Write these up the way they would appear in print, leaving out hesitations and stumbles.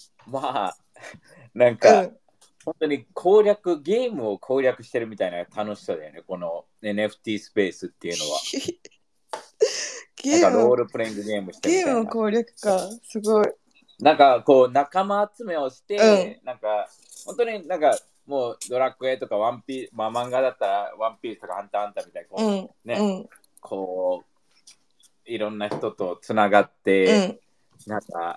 まあ、なんか、 うん。 本当にゲームを攻略してるみたいな楽しさだよね、この NFT スペースっていうのは。なんかローゲーム、 ルプレイングゲームしてるみゲーたいな。 ム攻略か。すごい。 なんかこう仲間集めをしうん。 て、なんか本当になんかもうドラクエとかワンピース、まあ漫画だったらワンピースとかハンターハンターみたいにこうん。 うね、 うん。 こういろんな人とつながって、 うん。 なんか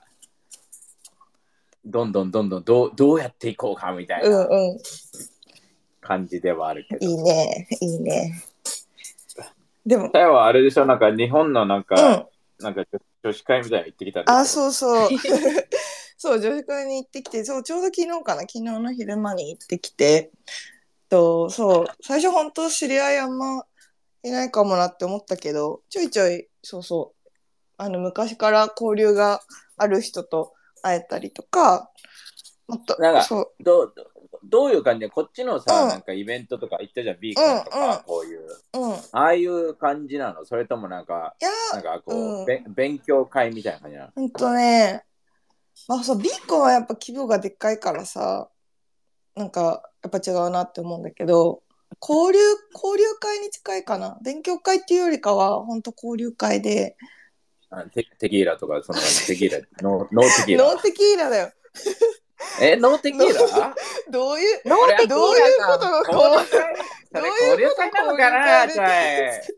どんどんどうやっていこうかみたいうん。 なうん。 感じではあるけいいど。 ね。いいね。でも、 タイはあれでしょ、なんか日本のなんか、 うん。 なんか女子会みたいに行ってきたであ、 しょ。 そうそう。そう、女子会に行ってきて、そう、ちょうど昨日かな、昨日の昼間に行ってきて、そう、最初本当知り合いあんまいないかもなって思ったけど、ちょいちょい、そうそう、昔から交流がある人と会えたりとか、もっと、 なんか、 そう、 どういう感じで、こっちのさ、 うん、うん、 なんかイベントとか行ったじゃん、ビーうコンとか、 ん、 こういう。 うん。いああいう感じなの？それともなんか、 や、 なんかこう、 うん、 勉強会みたいな感じなの？ ね、まあそう、ビーコンはやっぱ規模がでっかいからさ、なんか、やっぱ違うなって思うんだけど、交流会に近いかな。勉強会っていうよりかは、本当交流会で、 テキーラとか、そんな感じ。テキーラ、ノーテキーラ。 ノーテキーラだよ。 ノーテのキーラ？ どういう、 ノーテキーどういうこラか。 との交流会、それどういう交流会なのこと交かな、 流会で、 ちゃい。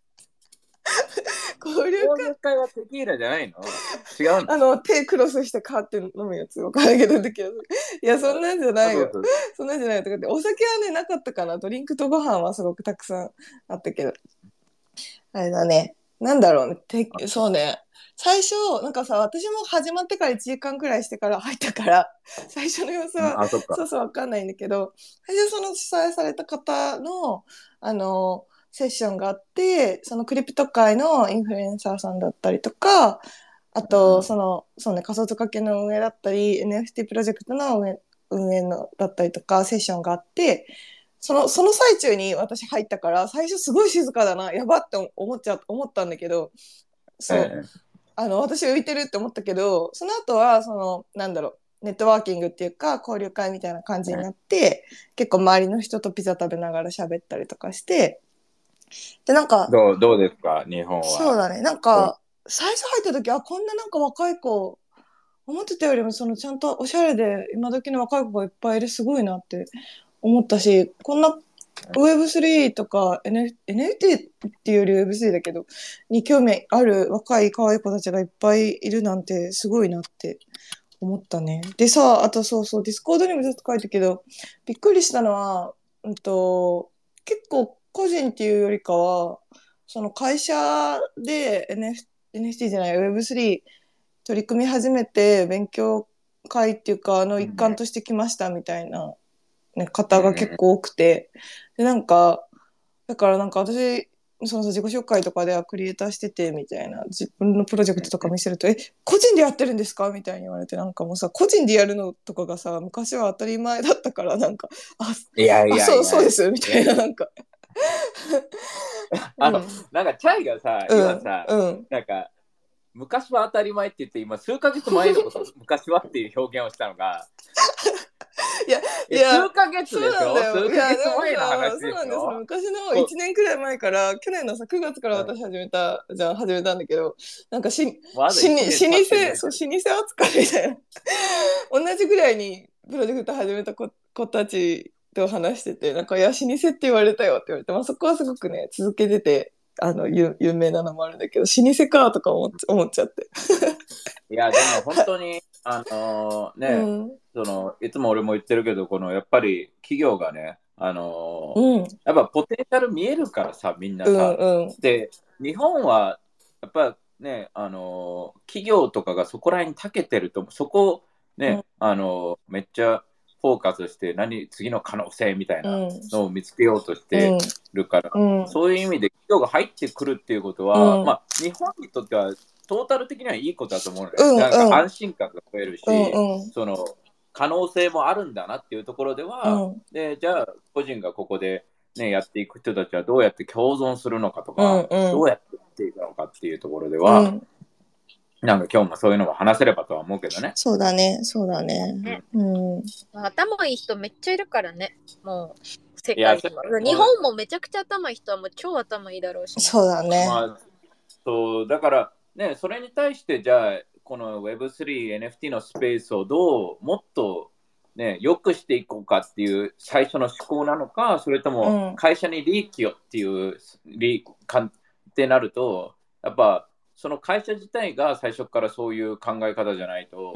交流会、 交流会はテキーラじゃないの？違うの？ 手クロスしてカーって飲むやつわかんないけど、だけど、いや、そんなんじゃないよ。 そうそう。 そんなんじゃないよとかって、お酒はね、なかったかな。ドリンクとご飯はすごくたくさんあったけど、あれだね。なんだろうね。そうね。最初、なんかさ、私も始まってから1時間くらいしてから入ったから、最初の様子は、 うん、あ、そっか。 そうそうわかんないんだけど、最初その主催された方の、セッションがあって、そのクリプト界のインフルエンサーさんだったりとか、あと、 うん。 そうね、仮想通貨系の運営だったり、NFT プロジェクトの運営のだったりとか、セッションがあって、その最中に私入ったから、最初すごい静かだな、やばって思ったんだけど、そう、 ええ。 私浮いてるって思ったけど、その後は、なんだろう、ネットワーキングっていうか、交流会みたいな感じになって、結構周りの人とピザ食べながら喋ったりとかして、で、なんか、 どうですか、日本は。 そうだね、なんこうか、最初入った時、あ、こんななんか若い子、思ってたよりも、ちゃんとおしゃれで、今時の若い子がいっぱいいる、すごいなって思ったし、こんな Web3 とか NFT っていうより Web3 だけど、に興味ある若い可愛い子たちがいっぱいいるなんてすごいなって思ったね。でさ、あとそうそう、ディスコードにもずっと書いたけど、びっくりしたのは、結構個人っていうよりかは、その会社で NFT じゃない Web3 取り組み始めて勉強会っていうか、一環うんとしてきましたみたいなね、 うん方が結構多くて、で、だからなんか私、そのさ自己紹介とかではクリエイターしててみたいな自分のプロジェクトとか見せると個人でやってるんですかみたいに言われてなんかもうさ個人でやるのとかがさ昔は当たり前だったからなんかあいやいやいやそうですみいや、 たいななんかあの、 うんなんかチャイがさ、 うん今さ、 うんなんか、昔は当たり前って言って、今、数ヶ月前のことを昔はっていう表現をしたのが、 いやいや数ヶ月そうでしなんだよょ？数ヶいやでも月前の話さそうなんだよそのですよ。 昔のこ 1年くらい前から去年のさ9月からうん、 私始めたんだけどなんかまだ1年経ってないじゃん。 老舗扱いみたいな同じぐらいにプロジェクト始めた子たちと話しててなんかいや老舗って言われたよって言われて、まあ、そこはすごくね続けてて有名なのもあるんだけど老舗かとか思っちゃっていや、でも本当に、 うんいつも俺も言ってるけど、やっぱり企業がね、 うんやっぱポテンシャル見えるからさ、みんなうんさ。 うんで、日本は、やっぱね、企業とかがそこら辺に長けてると、そこをね、 うんめっちゃフォーカスして、次の可能性みたいなうんのを見つけようとしうんてるから、 うんそういう意味で企業が入ってくるっていうことは、 うんまあ、日本にとってはトータル的にはいいことだと思うのね。 うんなんかうん安心感が増えるうんし、 うん、 その可能性もあるんだなっていうところでは、 うん、 で、じゃあ個人がここでね、やっていく人たちはどうやって共存するのかとうん、 か、 うん、 どうやってやっていくのかっていうところでは、 うん、 なんか今日もそういうのも話せればとは思うけどね。 そうだね、そうだね。 ねうん。 頭いい人めっちゃいるからね。もう世いや界には。日本もめちゃくちゃ頭いい人はもう超頭いいだろうし、ね。 そうだね。 まあ、そうだからね、それに対してじゃあこの Web3、NFT のスペースをどうもっとね、良くしていこうかっていう最初の思考なのか、それとも会社に利益をっていうってなると、やっぱその会社自体が最初からそういう考え方じゃないと、 うん。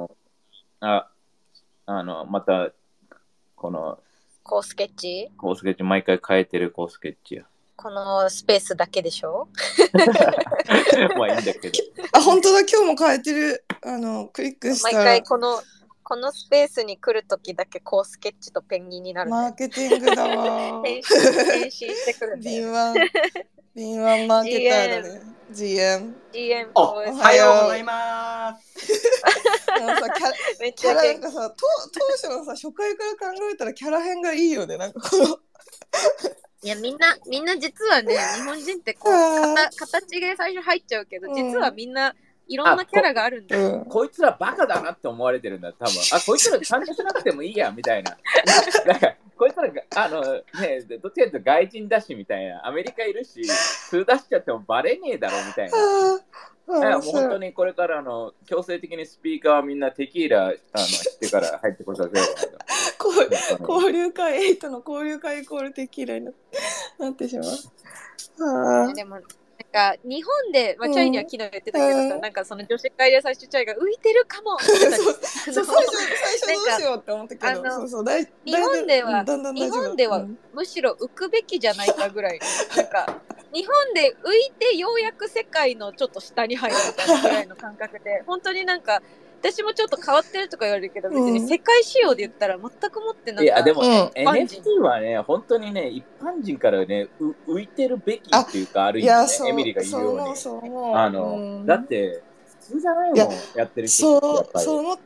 またこのコースケッチ毎回変えてるコースケッチや。 このスペースだけでしょまあいいんだけど。 あ、本当だ、今日も変えてる。クリックしたら。 毎回このスペースに来るときだけコースケッチとペンギンになる、ね。 マーケティングだわ。 変身してくる、ね。 敏腕マーケターだね。GM。 おはようございます。 めっちゃなんかさ、当初のさ、初回から考えたらキャラ編がいいよね。なんかこのいやみんな実はね、日本人ってこう形が最初入っちゃうけど、実はみんないろんなキャラがあるんだよ。 こいつらバカだなって思われてるんだ、多分。こいつら参加しなくてもいいや、みたいな。なんかこいつらね、どっちかというと外人だし、みたいな。アメリカいるし、数出しちゃってもバレねえだろ、みたいな。もう本当にこれから強制的にスピーカーはみんなテキーラしてから入ってこさせよう。 交流会8の交流会イコールテキーラになってしまう。 でもなんか日本で、チャイには昨日言ってたけどさ、なんかその女子会で最初チャイが浮いてるかもって言ってた最初どうしようって思ったけど、 日本ではむしろ浮くべきじゃないかぐらい、なんか日本で浮いてようやく世界のちょっと下に入るみたいなぐらいの感覚で、本当になんか私もちょっと変わってるとか言われるけど、別に世界仕様で言ったら全くもってなんか、 いやでも、NFT はね、本当にね、一般人からね、浮いてるべきっていうか、ある意味ね、エミリが言うように。だって、普通じゃないもん、やってる人ってやっぱり。 そう思った。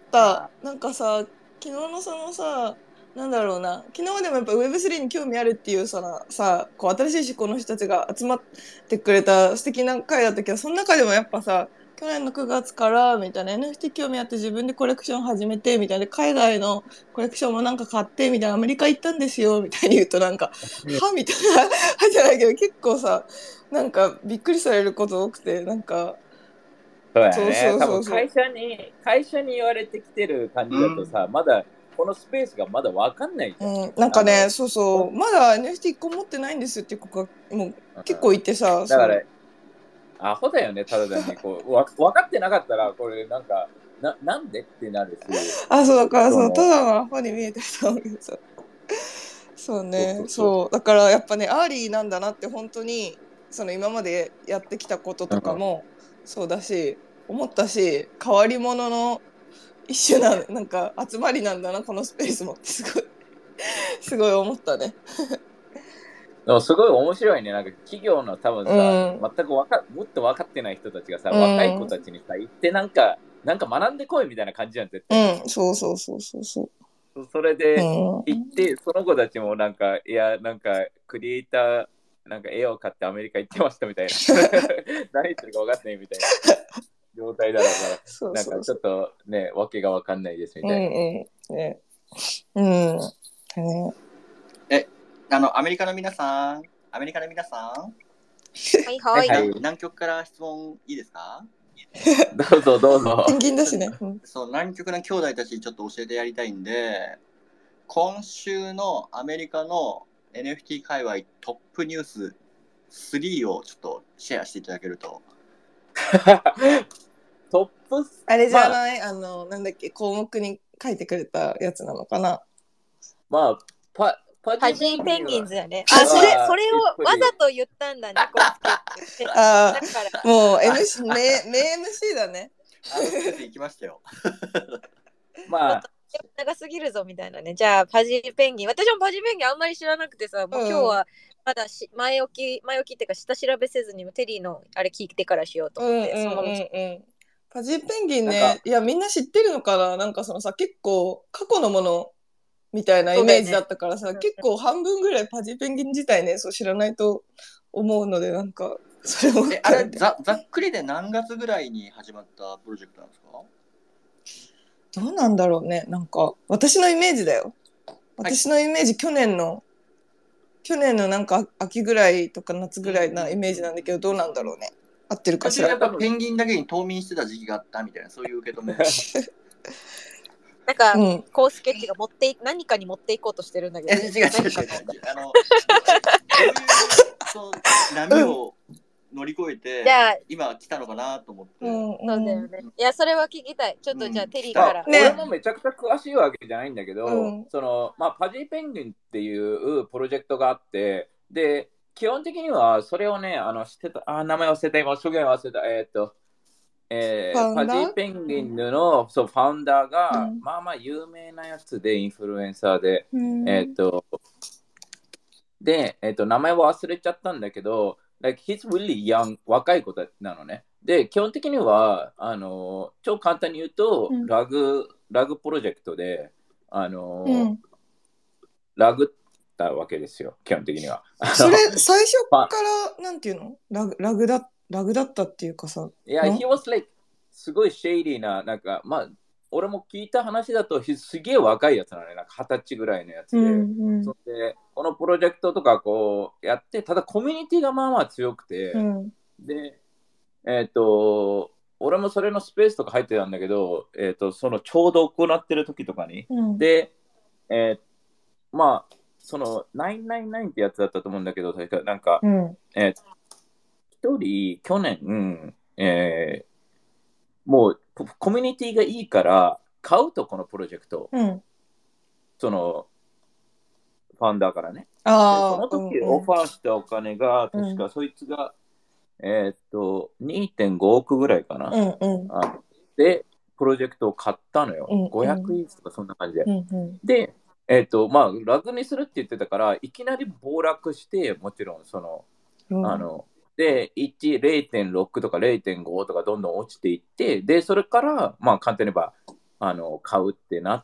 なんかさ、昨日のそのさ、なんだろうな、昨日でもやっぱ Web3 に興味あるっていうこう新しい思考の人たちが集まってくれた素敵な回だったけど、その中でもやっぱさ、去年の9月からみたいな NFT 興味あって自分でコレクション始めてみたいな、海外のコレクションもなんか買ってみたいな、アメリカ行ったんですよみたいに言うとなんかはみたいなはじゃないけど、結構さ、なんかびっくりされること多くて、なんかそうやね、多分会社に言われてきてる感じだとさ、まだこのスペースがまだ分かんないじゃん。 なんかね、まだ NFT1 個持ってないんですっていう子がもう結構いてさ、 だからアホだよね、ただ単にこう分かってなかったらこれなんかなんでってなるし。 そうだからただのアホに見えてたわけですよ。そうね、そうだからやっぱね、アーリーなんだなって本当にその今までやってきたこととかもそうだし、思ったし、変わり者の一種なんか集まりなんだなこのスペースもってすごい思ったね。 でもすごい面白いね。なんか企業の多分さ、全くもっと分かってない人たちがさ、若い子たちにさ、行ってなんか学んでこいみたいな感じじゃん、絶対。 そう。 それで行って、その子たちもなんか、いや、なんかクリエイター、なんか絵を買ってアメリカ行ってましたみたいな。何言ってるか分かんないみたいな状態だろうから、なんかちょっとね、わけが分かんないですみたいな。アメリカの皆さん。 はい。 南極から質問いいですか？ どうぞ。 ペンギンだしね。 そう、南極の兄弟たちにちょっと教えてやりたいんで、今週のアメリカの NFT 界隈トップニュース3をちょっとシェアしていただけると。 トップあれじゃない、なんだっけ、項目に書いてくれたやつなのかな。 パジーペンギンズやね。それをわざと言ったんだね、コースケッチ。 もう名 MC だね。 行きましたよ。 長すぎるぞみたいなね。じゃあパジーペンギン、私もパジーペンギンあんまり知らなくてさ、もう今日はまだ前置きっていうか下調べせずにテリーのあれ聞いてからしようと思って。 パジーペンギンね、いやみんな知ってるのかな。なんかそのさ、結構過去のものみたいなイメージだったからさ、結構半分ぐらいパジーペンギン自体ね、そう知らないと思うので、なんかそれもあれざっくりで何月ぐらいに始まったプロジェクトなんですか？ どうなんだろうね。なんか私のイメージだよ。私のイメージ、去年のなんか秋ぐらいとか夏ぐらいなイメージなんだけど、どうなんだろうね。合ってるかしら。 やっぱペンギンだけに冬眠してた時期があったみたいな、そういう受け止め。 なんか、コースケッチが何かに持っていこうとしてるんだけど。 違う。そういう波を乗り越えて、今来たのかなと思って。 そうだよね。いや、それは聞きたい。ちょっとじゃあ、テリーから。 俺もめちゃくちゃ詳しいわけじゃないんだけど、パジーペンギンっていうプロジェクトがあって、で、基本的にはそれをね、知ってた、名前忘れた、今、すぐ忘れた、パジーペンギンのファウンダーが、まあまあ有名なやつで、インフルエンサーで、名前を忘れちゃったんだけど、he's really young、若い子なのね。で、基本的には、超簡単に言うと、ラグプロジェクトで、ラグったわけですよ、基本的には。 それ、最初から、なんていうのラグだったっていうかさ。 いや、he was like、すごいシェイリーな、なんか、まあ、俺も聞いた話だと、すげえ若いやつなのね、なんか20歳ぐらいのやつで。そでこのプロジェクトとかこうやって、ただコミュニティがまあまあ強くて、で、俺もそれのスペースとか入ってたんだけど、そのちょうど行ってる時とかに、で、まあ、その999ってやつだったと思うんだけど、確かなんか、一人去年、もうコミュニティがいいから買うと、このプロジェクト、そのファウンダーからね。その時オファーしたお金が、確かそいつが、2.5 億ぐらいかな。で、プロジェクトを買ったのよ。500イースとかそんな感じで。で、まあ、楽にするって言ってたから、いきなり暴落して、もちろん、で、0.6 とか 0.5 とかどんどん落ちていって、で、それから、まあ、簡単に言えば、買うってなって、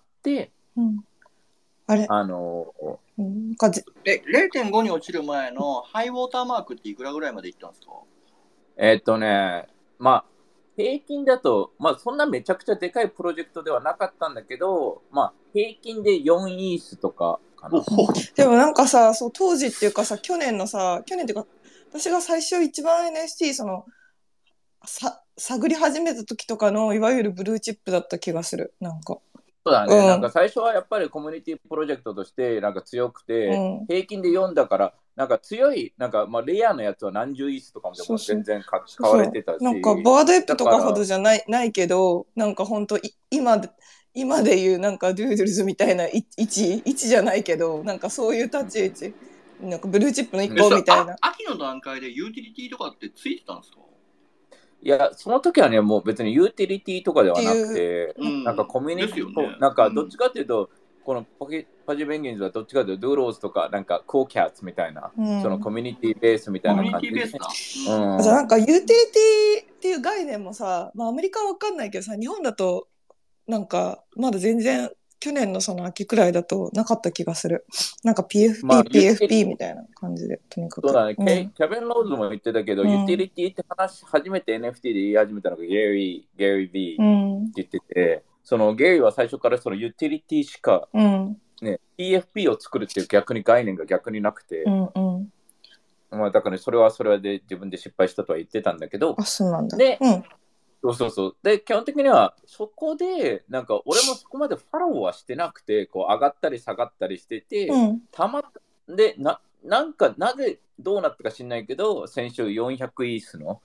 あれ 0.5 に落ちる前のハイウォーターマークっていくらぐらいまでいったんですか？ まあ、平均だと、まあ、そんなめちゃくちゃでかいプロジェクトではなかったんだけど、まあ、平均で4イースとかかな。 でもなんかさ、そう当時っていうかさ、去年っていうか、私が最初一番 NFT 探り始めた時とかのいわゆるブルーチップだった気がする。なんか。 そうだね、なんか最初はやっぱりコミュニティプロジェクトとしてなんか強くて、平均で4だから、なんか強い、なんかまあレアのやつは何十イースとかもでも全然買われてたし、 なんかバードエップとかほどじゃないけど、なんか本当今でいうなんかドゥードルズみたいな位置じゃないけど、なんかそういう立ち位置、なんかブルーチップの一個みたいな。 秋の段階でユーティリティとかってついてたんですか？ いや、その時はね、もう別にユーティリティとかではなくて、なんかコミュニティと、なんかどっちかっていうと、このパジペンギンズはどっちかというと、ドゥーローズとか、なんかコーキャッツみたいな、そのコミュニティベースみたいな感じで。 じゃあなんかユーティリティっていう概念もさ、まあアメリカは分かんないけどさ、日本だとなんかまだ全然去年のその秋くらいだとなかった気がする。なんか PFP みたいな感じで、とにかく。 そうだね、キャビン・ローズも言ってたけど、ユーティリティって話、初めて NFT で言い始めたのがゲリー・ビーって言ってて、そのゲリーは最初からそのユーティリティしか、ね、PFP を作るっていう逆に概念が逆になくて、まあだから、ね、それはで自分で失敗したとは言ってたんだけど、 そうなんだ。 で、そう。で、基本的にはそこで、なんか俺もそこまでファローはしてなくて、こう上がったり下がったりしてて、で、なんかなぜどうなったか知んないけど、先週400イースの、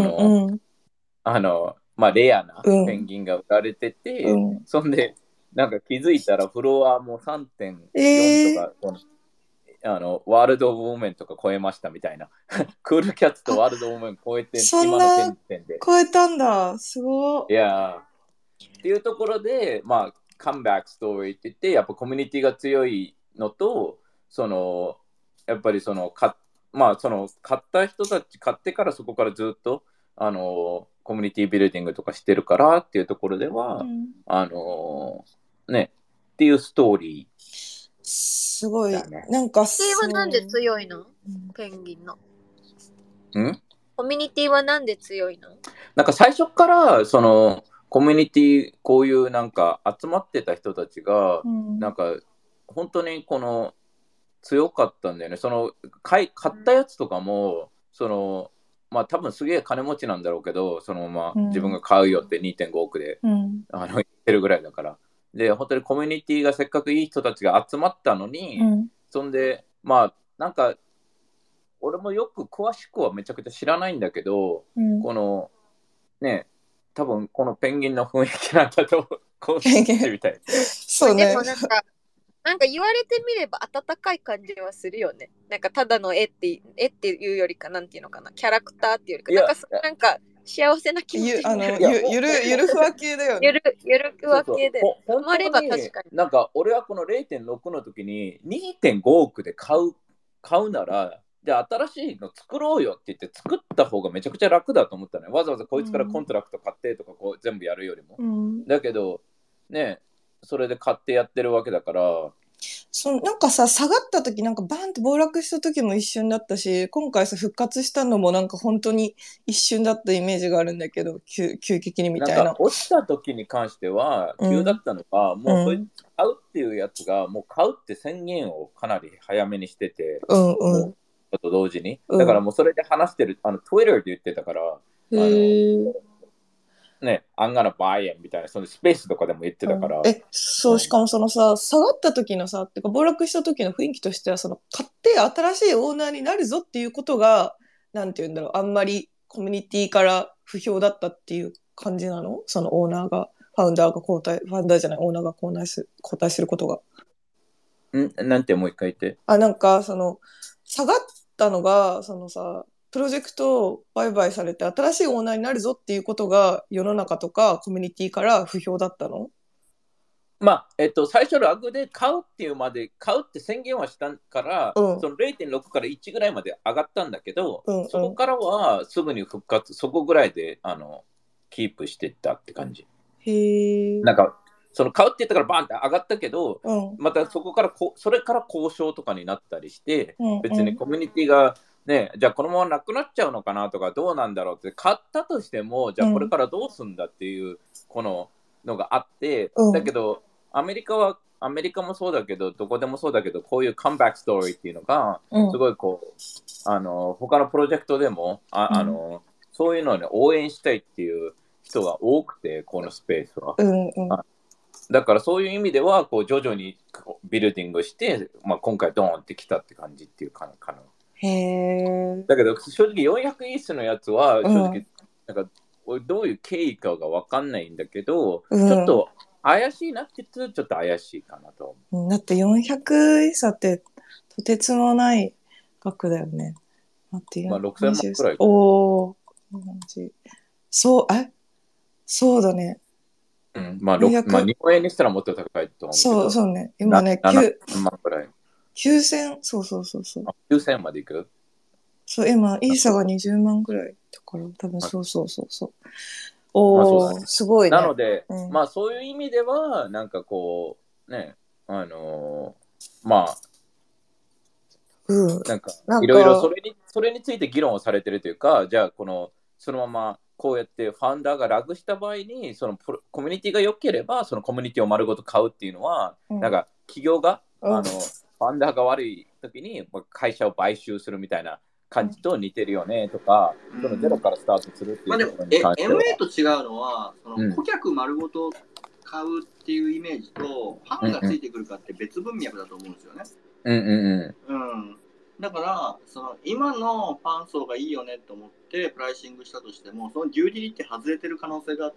まあレアなペンギンが売られてて、そんで、なんか気づいたらフロアも 3.4 とか、ワールド・オブ・ウォーメンとか超えましたみたいな。クールキャッツとワールド・オブ・ウォーメン超えて、今の時点で。 超えたんだ。すごい。 いやっていうところで、まあ、カムバックストーリーって言って、やっぱコミュニティが強いのと、やっぱりまあ、買った人たち、買ってからそこからずっと、コミュニティビルディングとかしてるからっていうところでは、ね、っていうストーリー。 すごい。なんかはなんで強いの？ペンギンの。 コミュニティはなんで強いの？ なんか最初からそのコミュニティこういうなんか集まってた人たちが、なんか本当にこの強かったんだよね。その買ったやつとかもそのまあ多分すげえ金持ちなんだろうけど、そのまま自分が買うよって2.5億で、言ってるぐらいだから。で本当にコミュニティがせっかくいい人たちが集まったのに、そんでまあなんか俺もよく詳しくはめちゃくちゃ知らないんだけど、このね多分このペンギンの雰囲気なんだとこうしてみたい。 そうね。 でもなんか言われてみれば温かい感じはするよね。なんかただの絵っていうよりかなんていうのかな、キャラクターっていうよりか、なんか幸せな気持ちになる。 ゆるふわ系だよね。 ゆるふわ系で。 ハマれば確かに。なんか俺はこの 0.6 の時に 2.5 億で買うなら、じゃあ新しいの作ろうよって言って作った方がめちゃくちゃ楽だと思ったね。わざわざこいつからコントラクト買ってとかこう全部やるよりも。だけどね、それで買ってやってるわけだから。 なんかさ、下がった時なんかバーンって暴落した時も一瞬だったし、今回さ復活したのもなんか本当に一瞬だったイメージがあるんだけど、急激にみたいな。 なんか落ちた時に関しては急だったのが、もうそいつ買うっていうやつがもう買うって宣言をかなり早めにしてて、と同時に、だからもうそれで話してる、Twitter で言ってたから、ね、I'm gonna buy it みたいな、そのスペースとかでも言ってたから。 そう、しかもそのさ、下がった時のさ、ってか暴落した時の雰囲気としては、その買って新しいオーナーになるぞっていうことが、なんて言うんだろう、あんまりコミュニティから不評だったっていう感じなの？そのオーナーが、ファウンダーじゃない、オーナーが交代することが。 なんてもう一回言って。 なんか、その、下がったのが、そのさ、プロジェクトを売買されて新しいオーナーになるぞっていうことが世の中とかコミュニティから不評だったの？ まあ、最初ラグで買うっていうまで買うって宣言はしたから、その 0.6 から1ぐらいまで上がったんだけど、そこからはすぐに復活、そこぐらいでキープしていったって感じ。なんかその買うって言ったからバーンって上がったけど、またそこからそれから交渉とかになったりして、別にコミュニティがね、じゃあこのままなくなっちゃうのかなとかどうなんだろうって買ったとしても、じゃあこれからどうすんだっていうこののがあって、だけどアメリカもそうだけどどこでもそうだけど、こういうカムバックストーリーっていうのがすごいこう他のプロジェクトでもそういうのを、ね、応援したいっていう人が多くて、このスペースは。だからそういう意味ではこう徐々にビルディングして、まあ、今回ドーンってきたって感じっていうかな。だけど正直400イースのやつは正直なんかどういう経緯かが分かんないんだけど、ちょっと怪しいなって言ってちょっと怪しいかなと思う。 だって400イーサってとてつもない額だよね。 まあ6000万くらい。 そうだね。 まあ日本円にしたらもっと高いと思うけど。 そうね。今ね、 7万くらい。 9000、そう。 9000までいく？ そう、今、イーサが20万くらいだから、多分そう。すごいね。 なので、まあそういう意味では、なんかこう、ね、まあ、なんかいろいろそれについて議論をされてるというか、じゃあそのままこうやってファウンダーがラグした場合に、そのコミュニティが良ければ、そのコミュニティを丸ごと買うっていうのは、なんか企業が、ファウンダーが悪い時に会社を買収するみたいな感じと似てるよねとか、そのゼロからスタートするっていうところに関しては。 MA と違うのは、その顧客丸ごと買うっていうイメージと、ファンがついてくるかって別文脈だと思うんですよね。だからその今のファン層がいいよねと思ってプライシングしたとしても、そのデューディリって外れてる可能性があって、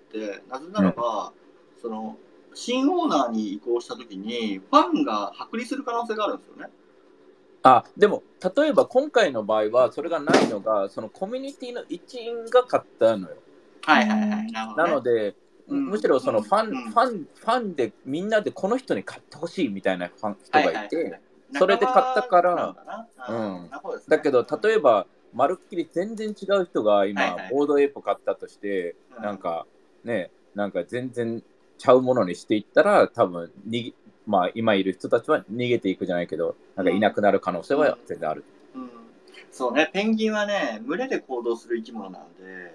なぜならば、その新オーナーに移行したときにファンが剥離する可能性があるんですよね。 でも例えば今回の場合はそれがないのが、そのコミュニティの一員が買ったのよ。なので、むしろそのファンでみんなでこの人に買ってほしいみたいな人がいて、それで買ったから、だけど例えばまるっきり全然違う人が今ボードエープ買ったとして、なんか全然ちゃうものにしていったら、多分まあ今いる人たちは逃げていくじゃないけど、なんかいなくなる可能性は全然ある。 そうね、ペンギンはね、群れで行動する生き物なので、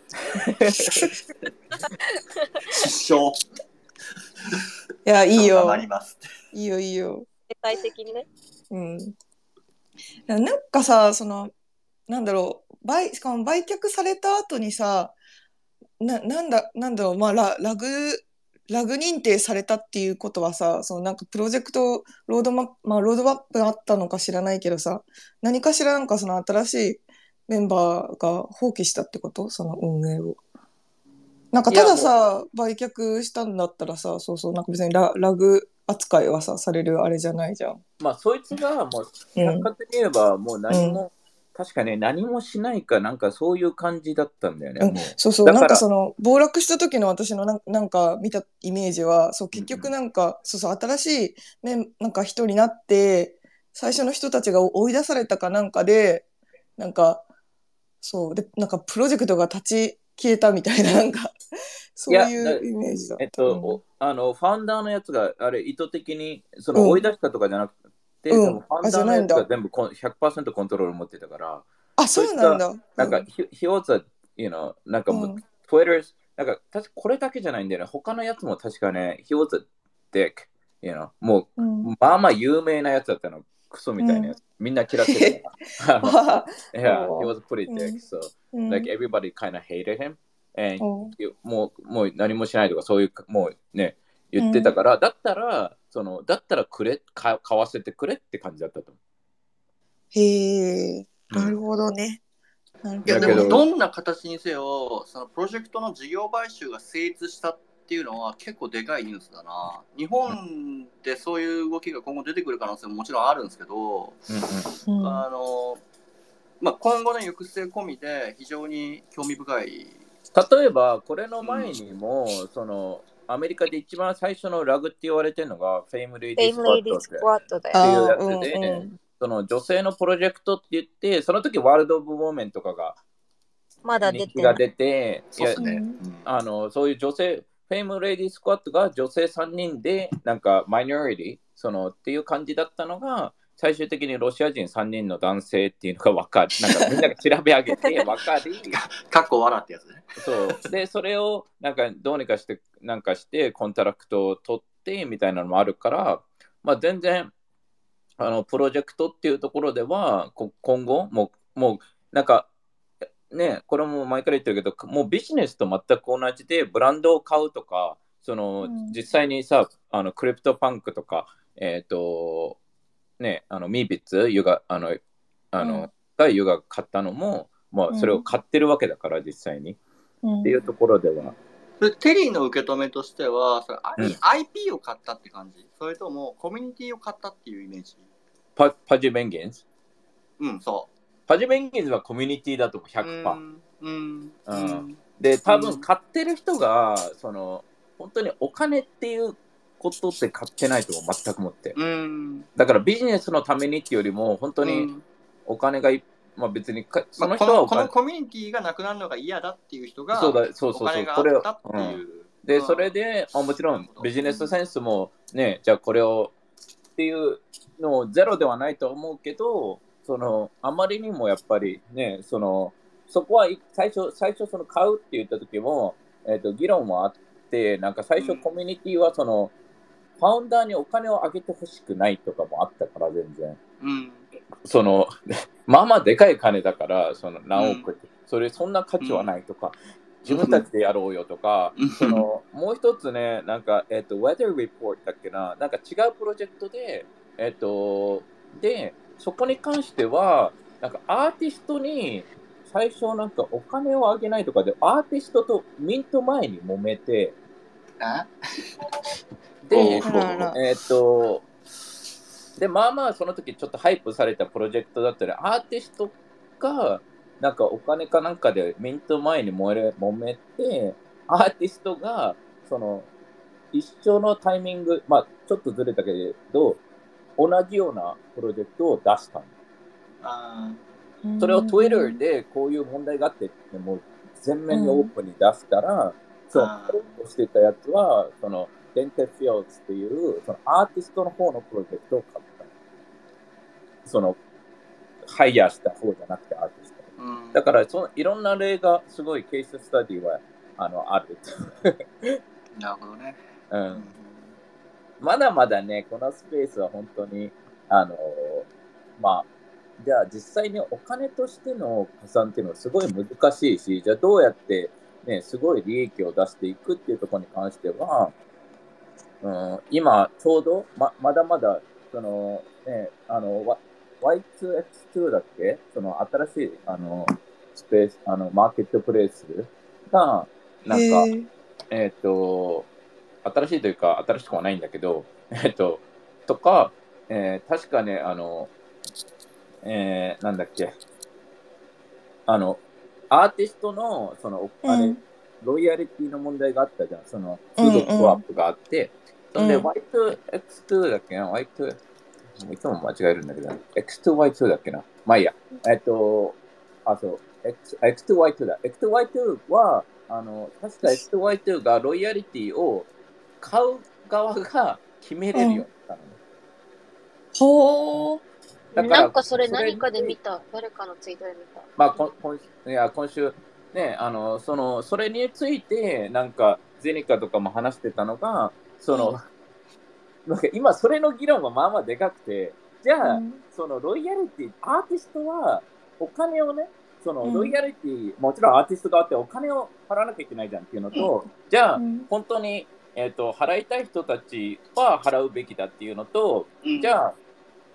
失笑。 いや、いいよ。 黙ります。 いいよ、いいよ。 世界的にね。 うん。なんかさ、なんだろう、しかも売却された後にさ、なんだろう、まあ、ラグ認定されたっていうことはさ、なんかプロジェクト、ロードマップあったのか知らないけどさ、何かしらなんか新しいメンバーが放棄したってこと？その運営を。なんかたださ、売却したんだったらさ、なんか別にラグ扱いはさ、されるあれじゃないじゃん。 まあ、そいつがもう、百貨店に言えば、もう何も、確かね、何もしないかなんかそういう感じだったんだよね。もうなんか暴落した時の私のなんか見たイメージは、結局なんか、新しいなんか人になって、最初の人たちが追い出されたかなんかで、なんか、で、なんかプロジェクトが立ち消えたみたいな、なんか、そういうイメージだった。 ファウンダーのやつが、あれ、意図的に、追い出したとかじゃなくて、多分ファウンダーのやつが全部100%コントロール持ってたから、 あ、そうなんだ。 なんか、he was a, なんかもう、Twitter、なんか、確かこれだけじゃないんだよね。他のやつも確かね、he was a dick、もう、まあまあ有名なやつだったの。クソみたいなやつ。みんな嫌ってた。Yeah, he was pretty dick. So, like, everybody kind of hated him.もう何もしないとか、そういう、もうね、言ってたから、だったら買わせてくれって感じだったと思う。 へえ、なるほどね。 いや、でもどんな形にせよ、そのプロジェクトの事業買収が成立したっていうのは結構でかいニュースだな。日本でそういう動きが今後出てくる可能性ももちろんあるんですけど、まあ、今後の行く末込みで非常に興味深い。 例えば、これの前にも、アメリカで一番最初のラグって言われてるのが、フェイムレディスクワットっていうやつで、女性のプロジェクトって言って、その時ワールド・オブ・ウォーメンとかがまだ人気が出て、 そういう女性、フェイムレディスクワットが女性3人で、なんかマイノリティっていう感じだったのが、最終的にロシア人3人の男性っていうのが分かり、なんかみんなが調べ上げて分かり、 かっこ笑ってやつね。 そう。で、それをなんかどうにかして、コントラクトを取ってみたいなのもあるから、まあ全然、プロジェクトっていうところでは、今後、もう、なんか、ね、これも前から言ってるけど、もうビジネスと全く同じで、ブランドを買うとか、実際にさ、クリプトパンクとか、ね、ミービッツ、ユガ買ったのも、まあ、それを買ってるわけだから、実際に。っていうところでは。 テリーの受け止めとしては、IP を買ったって感じ？それともコミュニティを買ったっていうイメージ？ パジベンゲンズ？ そう。 パジベンゲンズはコミュニティだと思う、100%。で、多分買ってる人が、本当にお金っていうことって買ってないと思う、全くもって。だからビジネスのためにっていうよりも、本当にお金がまあ別にその人はこのコミュニティがなくなるのが嫌だっていう人がお金があったっていう。 で、それで、もちろんビジネスセンスもね、じゃあこれをっていうのをゼロではないと思うけど、あまりにもやっぱりね、そこは最初買うって言った時も、議論もあって、なんか最初コミュニティはファウンダーにお金をあげてほしくないとかもあったから、全然。まあまあでかい金だから、何億って、そんな価値はないとか、自分たちでやろうよとか、もう一つね、なんか、Weather Report だっけな、なんか違うプロジェクトで、で、そこに関しては、なんかアーティストに最初なんかお金をあげないとかで、アーティストとミント前に揉めて、で、まあまあその時ちょっとハイプされたプロジェクトだったり、アーティストがなんかお金かなんかでミント前に揉めて、アーティストが一緒のタイミング、まあちょっとずれたけど、同じようなプロジェクトを出したの。それを Twitter でこういう問題があってってもう全面にオープンに出したら、プロとしてたやつは、デンテフィオーズっていう、アーティストの方のプロジェクトを買った。 ハイヤーした方じゃなくてアーティスト。 うんだからいろんな例がすごいケーススタディはある。 なるほどね。 うんまだまだね、このスペースは本当に、まあ、じゃあ実際にお金としての加算っていうのはすごい難しいし、じゃあどうやって、ね、すごい利益を出していくっていうところに関しては、今ちょうどまだまだ、そのね、Y2X2 だっけその新しいスペース、マーケットプレイスが、なんか、新しいというか、新しくはないんだけど、とか、確かね、なんだっけ、アーティストの、ロイヤリティの問題があったじゃん。その、フードスワップがあって、そんで、Y2X2 だっけな ?Y2、いつも間違えるんだけど、X2Y2 だっけなまあいいや。そう、X2Y2 だ。X2Y2 は、確か X2Y2 がロイヤリティを買う側が決めれるようになったのね。 ほー。 なんかそれ何かで見た。誰かのツイートで見た。 まあ、今週、ね、それについて、なんか、ゼニカとかも話してたのが、なんか今、それの議論がまあまあでかくて、じゃあ、そのロイヤリティ、アーティストは、お金をね、そのロイヤリティ、もちろんアーティストがあってお金を払わなきゃいけないじゃんっていうのと、じゃあ、本当に、払いたい人たちは払うべきだっていうのと、じゃあ、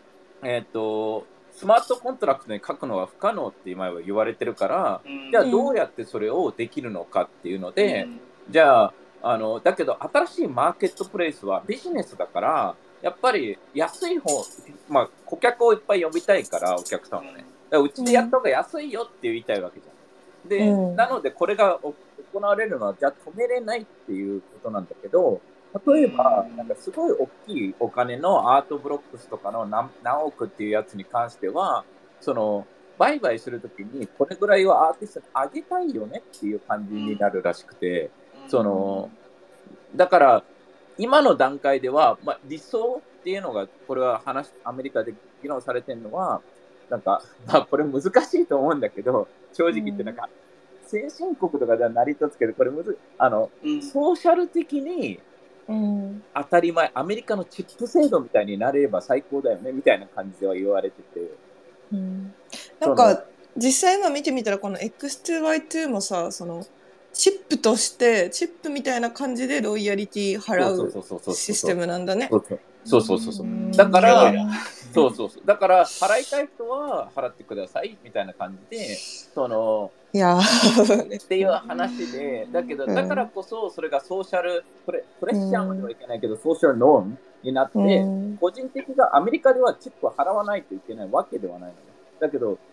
スマートコントラクトに書くのは不可能って今は言われてるから、じゃあどうやってそれをできるのかっていうので、じゃあ、だけど新しいマーケットプレイスはビジネスだから、やっぱり安い方、まあ、顧客をいっぱい呼びたいから、お客さんをね。うちでやった方が安いよって言いたいわけじゃん。で、なのでこれが行われるのは、じゃあ止めれないっていうことなんだけど、例えば、なんかすごい大きいお金のアートブロックスとかの何億っていうやつに関しては、その、売買するときにこれぐらいはアーティストにあげたいよねっていう感じになるらしくて、だから、今の段階では、まあ、理想っていうのが、これはアメリカで議論されてるのは、なんか、まあ、これ難しいと思うんだけど、正直言ってなんか、先進国とかでは成り立つけど、これソーシャル的に当たり前、アメリカのチップ制度みたいになれれば最高だよね、みたいな感じでは言われてて。 なんか、実際今見てみたら、この X2Y2 もさ、その、チップとしてチップみたいな感じでロイヤリティ払うシステムなんだね。 そう。だからだから払いたい人は払ってくださいみたいな感じで、 いやっていう話で、だけどだからこそそれがソーシャルプレッシャーまではいけないけど、ソーシャルノームになって、個人的がアメリカではチップを払わないといけないわけではないのね。だけど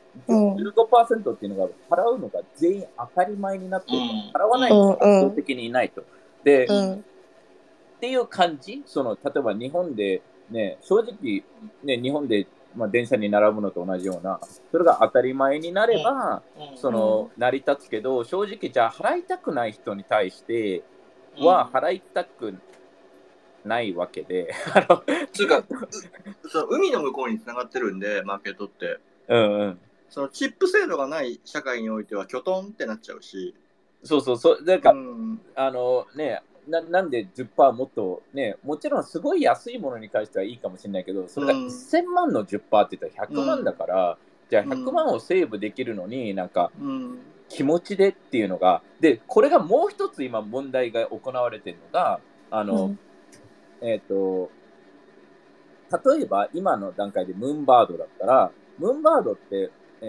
15% っていうのが払うのが全員当たり前になっているから、払わない人が圧倒的にいないと。で、っていう感じ、例えば日本で、ね、正直、ね、日本で、まあ、電車に並ぶのと同じような、それが当たり前になれば、成り立つけど、正直、じゃあ払いたくない人に対しては払いたくないわけで。 つうか、海の向こうにつながってるんで、マーケットって。そのチップ制度がない社会においては、きょとんってなっちゃうし。 そう。なんか、ね、なんで 10% もっとね、もちろんすごい安いものに関してはいいかもしれないけど、それが1000万の 10% って言ったら100万だから、じゃあ100万をセーブできるのに、なんか、気持ちでっていうのが、で、これがもう一つ今問題が行われてるのが、例えば今の段階でムーンバードだったら、ムーンバードって、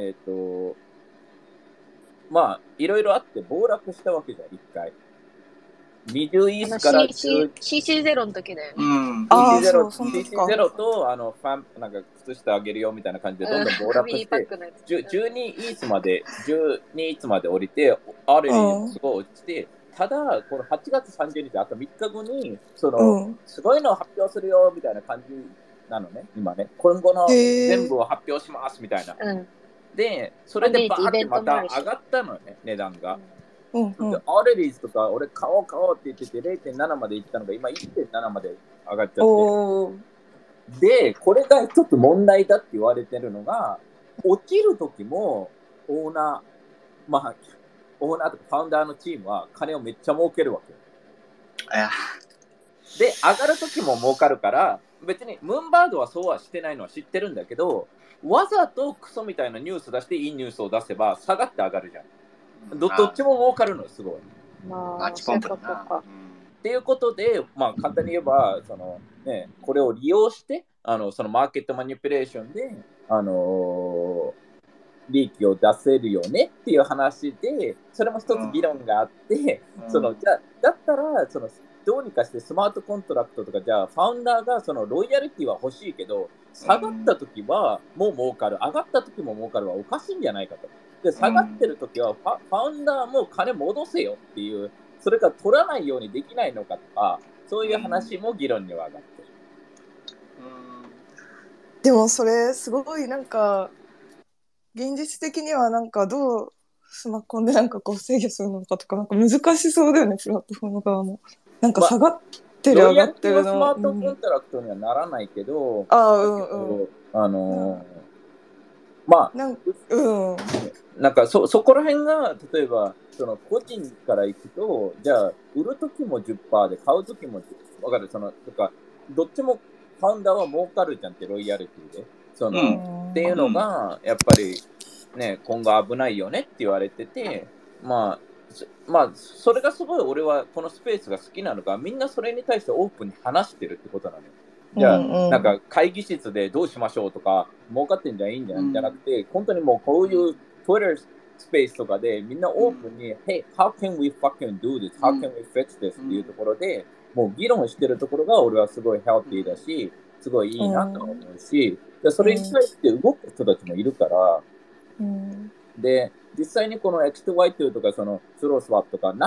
まあ、いろいろあって暴落したわけじゃん、一回。20イースから CC0 の時だよね。 CC0 と、なんか靴下あげるよみたいな感じでどんどん暴落して、12イースまで降りて、ある意味すごい落ちて、ただ、この8月30日、あと3日後に、すごいのを発表するよみたいな感じなのね、今ね。今後の全部を発表しますみたいな。で、それでバーってまた上がったのね、値段が。アーレリーズとか、俺買おうって言ってて、0.7 までいったのが、今 1.7 まで上がっちゃって。で、これが一つ問題だって言われてるのが、 落ちる時もオーナー、まあ、オーナーとかファウンダーのチームは金をめっちゃ儲けるわけよ。で、上がる時も儲かるから、別にムーンバードはそうはしてないのは知ってるんだけど、わざとクソみたいなニュース出していいニュースを出せば下がって上がるじゃん。どっちも儲かるのすごい。 まあ、 マッチポンプだな。 っていうことで、まあ、簡単に言えばこれを利用してそのマーケットマニピュレーションで、利益を出せるよねっていう話で、それも一つ議論があって、じゃあだったらどうにかしてスマートコントラクトとか、じゃあファウンダーがロイヤリティは欲しいけど、下がった時はもう儲かる、上がった時も儲かるはおかしいんじゃないかと。で、下がってる時はファウンダーも金戻せよっていう、それから取らないようにできないのかとか、そういう話も議論には上がってる。 でもそれすごいなんか現実的にはなんかどうスマコンでなんかこう制御するのかとか、なんか難しそうだよね、プラットフォーム側も。なんか下がってる、上がってるの。 スマートコントラクトにはならないけど、まあ、なんかそこら辺が、例えば個人から行くと、じゃあ売るときも 10% で買うときも分かる、とかどっちもファウンダーは儲かるじゃんって、ロイヤリティでっていうのがやっぱりね、今後危ないよねって言われてて、まあそれがすごい俺はこのスペースが好きなのが、みんなそれに対してオープンに話してるってことなのよ。じゃあ、なんか会議室でどうしましょうとか、儲かってんじゃいいんじゃなくて、本当にもうこういう Twitter スペースとかでみんなオープンに、Hey, how can we fucking do this? How can we fix this? っていうところで、もう議論してるところが俺はすごいヘルティーだし、すごいいいなと思うし、それに対して動く人たちもいるから、で、実際にこの X2Y2 とかスロースワップとか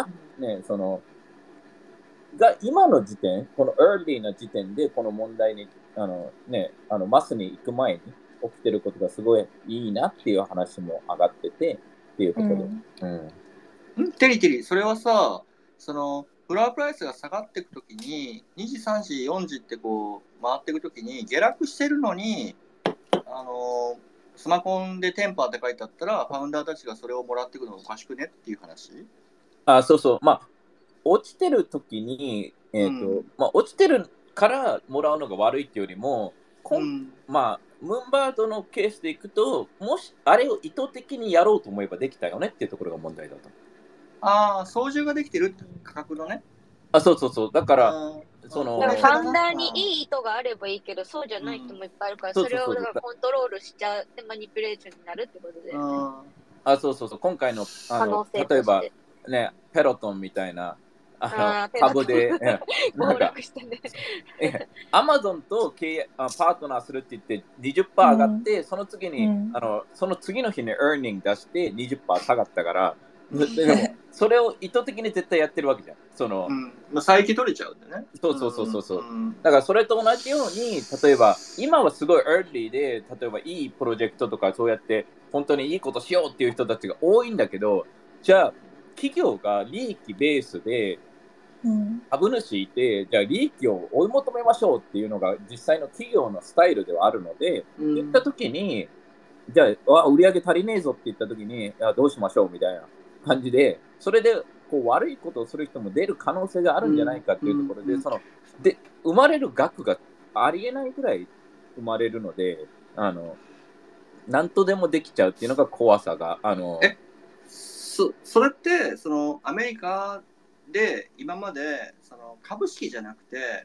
が今の時点、この early な時点でこの問題にマスに行く前に起きてることがすごいいいなっていう話も上がっててっていうことで。 テリそれはさ、フラワープライスが下がっていくときに、2時、3時、4時ってこう回っていくときに下落してるのに、スマコンでテンパーって書いてあったら、ファウンダーたちがそれをもらっていくのがおかしくねっていう話？ そうそう。まあ、落ちてるときに、落ちてるからもらうのが悪いっていうよりも、まあ、ムーンバードのケースでいくと、もしあれを意図的にやろうと思えばできたよねっていうところが問題だと。 操縦ができてるって価格のね。 そう。だから、 ファウンダーにいい意図があればいいけど、そうじゃない人もいっぱいいるから、それをコントロールしちゃってマニピュレーションになるってことで。 そう。今回の、例えば、ね、ペロトンみたいな、株で、なんか、アマゾンとパートナーするって言って 20% 上がって、その次に、その次の日にエーニング出して 20% 下がったから、でもそれを意図的に絶対やってるわけじゃん。 再起取れちゃうんだね。 そう。だからそれと同じように、例えば今はすごいエーリーで、例えばいいプロジェクトとかそうやって本当にいいことしようっていう人たちが多いんだけど、じゃあ企業が利益ベースで株主いて、じゃあ利益を追い求めましょうっていうのが実際の企業のスタイルではあるので、言った時に、じゃあ売り上げ足りねえぞって言った時に、どうしましょうみたいな感じで、それでこう悪いことをする人も出る可能性があるんじゃないかっていうところで、生まれる額がありえないぐらい生まれるので、何とでもできちゃうっていうのが怖さが。 それってアメリカで今まで株式じゃなくて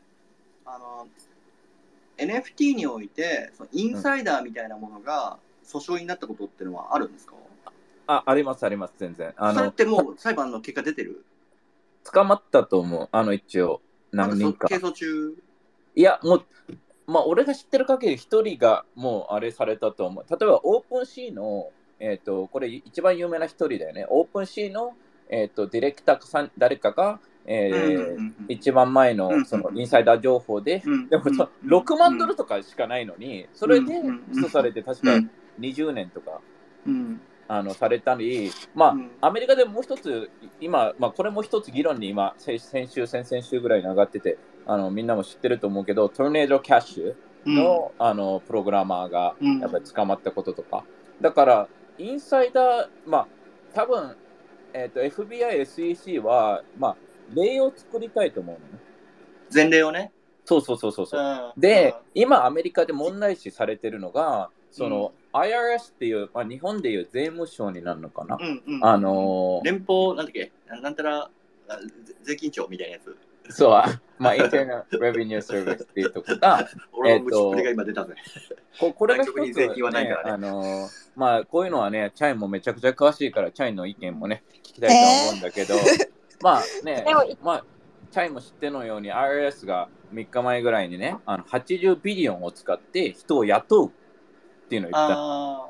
NFT においてインサイダーみたいなものが訴訟になったことっていうのはあるんですか？ あります、全然。 それってもう裁判の結果出てる？ 捕まったと思う。一応何人か。 係争中？ いや、もう、まあ、俺が知ってる限り一人がもうあれされたと思う。例えばオープンシーのこれ一番有名な一人だよね。オープンシーのディレクターさん誰かが一番前のインサイダー情報で、でも6万ドルとかしかないのに、それで起訴されて確か20年とかされたり、まあアメリカでもう一つ今、これも一つ議論に今先々週ぐらいに上がってて、みんなも知ってると思うけど、トルネードキャッシュのプログラマーがやっぱり捕まったこととか。 だから、インサイダー、まあ、多分、FBI、SEC は、まあ、例を作りたいと思うのね。 前例をね。 そう。で、今、アメリカで問題視されてるのが、その、IRS っていう、まあ、日本でいう税務署になるのかな。 連邦、なんだっけ、なんたら、税金庁みたいなやつ。 そう、まあ、インターナル・レベニュー・サービスっていうところが、 俺のムチっぷりが今出たぜ。 これが一つ、ね、まあ、こういうのはね、チャイもめちゃくちゃ詳しいから、チャイの意見もね、聞きたいと思うんだけど、まあね、まあ、チャイも知ってのように、IRS が3日前ぐらいにね、80ビリオンを使って人を雇うっていうのを言った。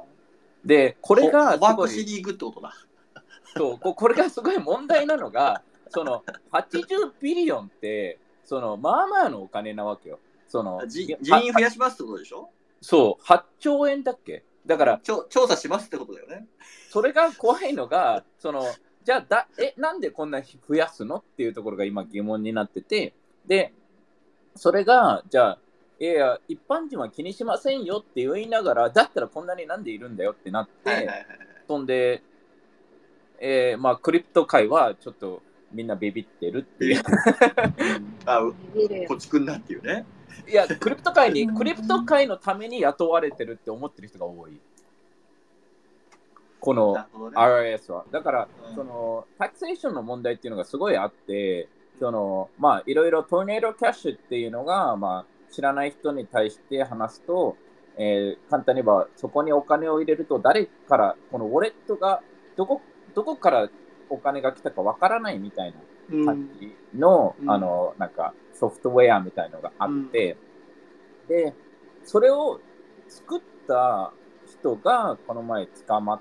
で、これがすごい、そう、これがすごい問題なのが、その80ビリオンって、そのまあまあのお金なわけよ。その人員増やしますってことでしょ？ そう、8兆円だっけ？だから調査しますってことだよね。 それが怖いのが、そのじゃあなんでこんな増やすのっていうところが今疑問になってて、で、それがじゃあ一般人は気にしませんよって言いながら、だったらこんなになんでいるんだよってなって、そんで、まあクリプト界はちょっとみんなビビってるっていう。 こっち来んなっていうね。 いや、クリプト界のために雇われてるって思ってる人が多い。この RIS は。だから、そのタクセーションの問題っていうのがすごいあって、そのまあいろいろトーネードキャッシュっていうのが、まあ、知らない人に対して話すと、簡単に言えばそこにお金を入れると誰からこのウォレットがどこからお金が来たかわからないみたいな感じの、なんかソフトウェアみたいのがあって、で、それを作った人がこの前捕まって、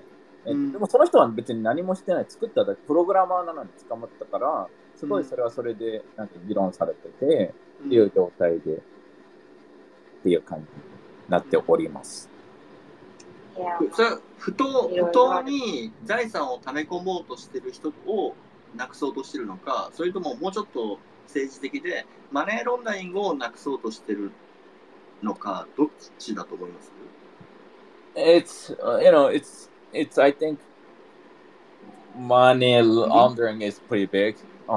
でもその人は別に何もしてない、作っただけ、プログラマーなのに捕まったから、すごいそれはそれでなんか議論されてて、っていう状態で、っていう感じになっております。 それ不当に財産を溜め込もうとしてる人をなくそうとしてるのか、それとももうちょっと政治的でマネーロンダリングをなくそうとしてるのか、どっちだと思います？ It's I think money laundering is pretty big,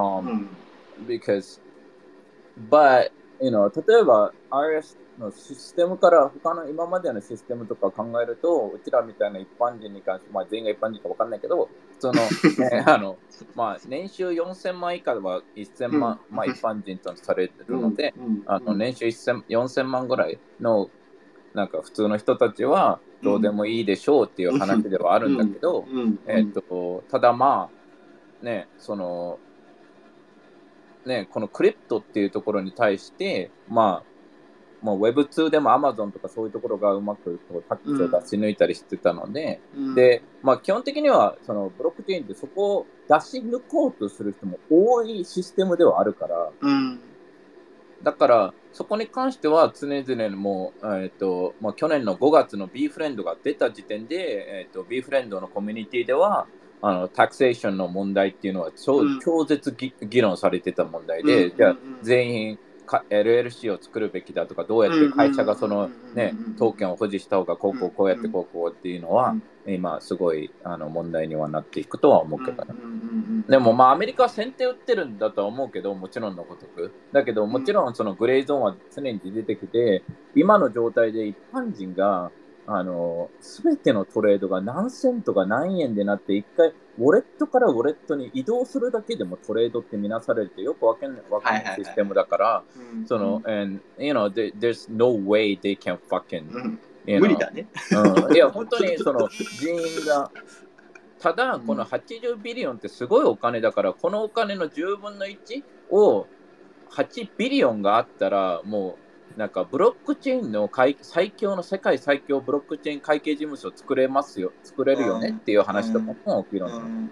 because, but例えば RS のシステムから他の今までのシステムとか考えると、うちらみたいな一般人に関して、まあ全員が一般人か分かんないけど、そのまあ年収4000万以下は1000万、まあ一般人とされてるので、年収4000万ぐらいのなんか普通の人たちはどうでもいいでしょうっていう話ではあるんだけど、ただまあね、そのね、このクリプトっていうところに対して、まあWeb2 でも Amazon とかそういうところがうまくタックスを出し抜いたりしてたので、で、まあ基本的にはそのブロックチェーンってそこを出し抜こうとする人も多いシステムではあるから、だからそこに関しては常々もう、まあ、去年の5月の B フレンドが出た時点で、B フレンドのコミュニティではタクセーションの問題っていうのは超絶議論されてた問題で、じゃあ全員LLC を作るべきだとか、どうやって会社がそのね、トーケンを保持した方がこうやってこうっていうのは、今すごい問題にはなっていくとは思うけどね。でもまあアメリカは先手打ってるんだとは思うけど、もちろんのごとく。だけどもちろんそのグレーゾーンは常に出てきて、今の状態で一般人がすべてのトレードが何セントが何円でなって、一回ウォレットからウォレットに移動するだけでもトレードって見なされてよくわかんないシステムだから、その、and there's no way they can fucking、 無理だね。 いや、本当にその人員が、ただこの80ビリオンってすごいお金だから、このお金の10分の1を8ビリオンがあったら、もうなんかブロックチェーンの世界最強ブロックチェーン会計事務所作れるよねっていう話とかも起きるのね。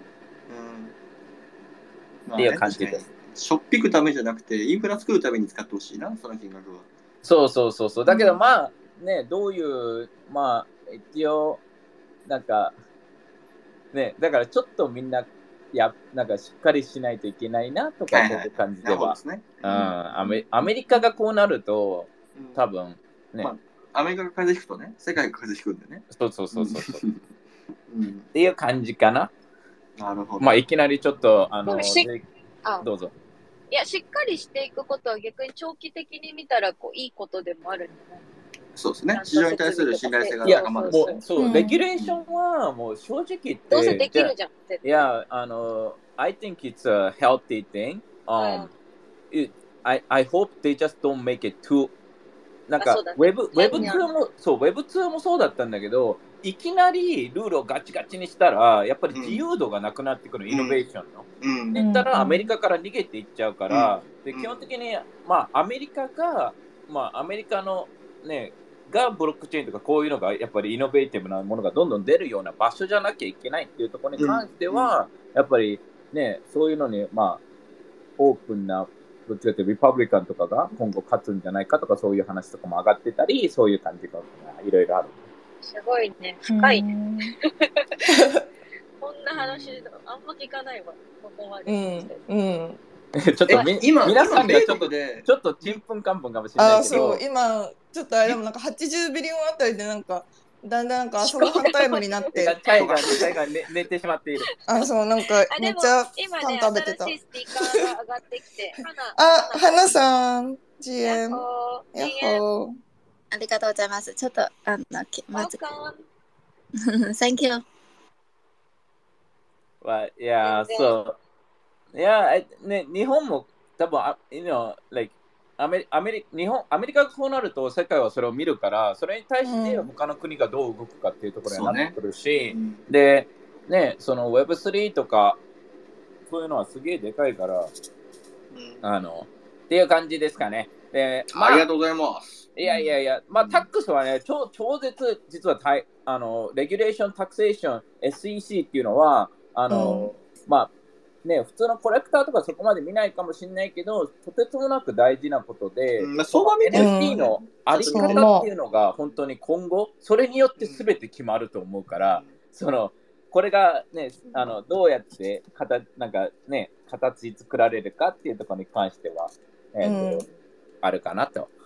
っていう感じです。 しょっぴくためじゃなくて、インフラ作るために使ってほしいな、その金額は。 そう。だけどまあね、どういう、まあ一応、なんか、ね、だからちょっとみんな、なんかしっかりしないといけないなとか思う感じでは。アメリカがこうなると、多分ね、 アメリカが風邪ひくとね、世界が風邪ひくんでね。 そうそうそうそうそう。っていう感じかな。 なるほど。 まあ、いきなりちょっと、どうぞ。 いや、しっかりしていくことは逆に長期的に見たらいいことでもあるんじゃない？ そうですね。市場に対する信頼性が高まる。 そう、レギュレーションはもう正直言って、 どうせできるじゃん。 いや、I think it's a healthy thing. I hope they just don't make it too なんか、Web2 もそうだったんだけど、いきなりルールをガチガチにしたら、やっぱり自由度がなくなってくる、イノベーションの。言ったらアメリカから逃げていっちゃうから、で基本的に、まあ、アメリカのね、がブロックチェーンとかこういうのがやっぱりイノベーティブなものがどんどん出るような場所じゃなきゃいけないっていうところに関しては、やっぱりね、そういうのに、まあ、オープンな、どっちかというとリパブリカンとかが今後勝つんじゃないかとかそういう話とかも上がってたり、そういう感じがいろいろある。 すごいね、深いね。こんな話あんま聞かないわ、ここまで。 ちょっと皆さんにはちょっとちんぷんかんぷんかもしれないけど、 今ちょっとあれでもなんか80ビリオンあたりでなんかだんだんなんか朝ごはんタイムになってチャイが寝てしまっている。 そうなんかめっちゃパン食べてた。 新しいスピーカーが上がってきて、 花さん GM やっほー。ありがとうございます。ちょっとまずThank you. But yeah, so yeah, ね、日本も多分アメリカがこうなると世界はそれを見るから、それに対して他の国がどう動くかっていうところになってくるし、で、ね、その Web3 とかそういうのはすげえでかいから、っていう感じですかね。で、 ありがとうございます。 いや、まあ、タックスはね、超絶、実はレギュレーション、タクセーション、SEC っていうのは、まあ、ね、普通のコレクターとかそこまで見ないかもしれないけど、とてつもなく大事なことで、NFT のあり方っていうのが本当に今後、それによって全て決まると思うから、これがね、どうやって形作られるかっていうところに関しては、あるかなと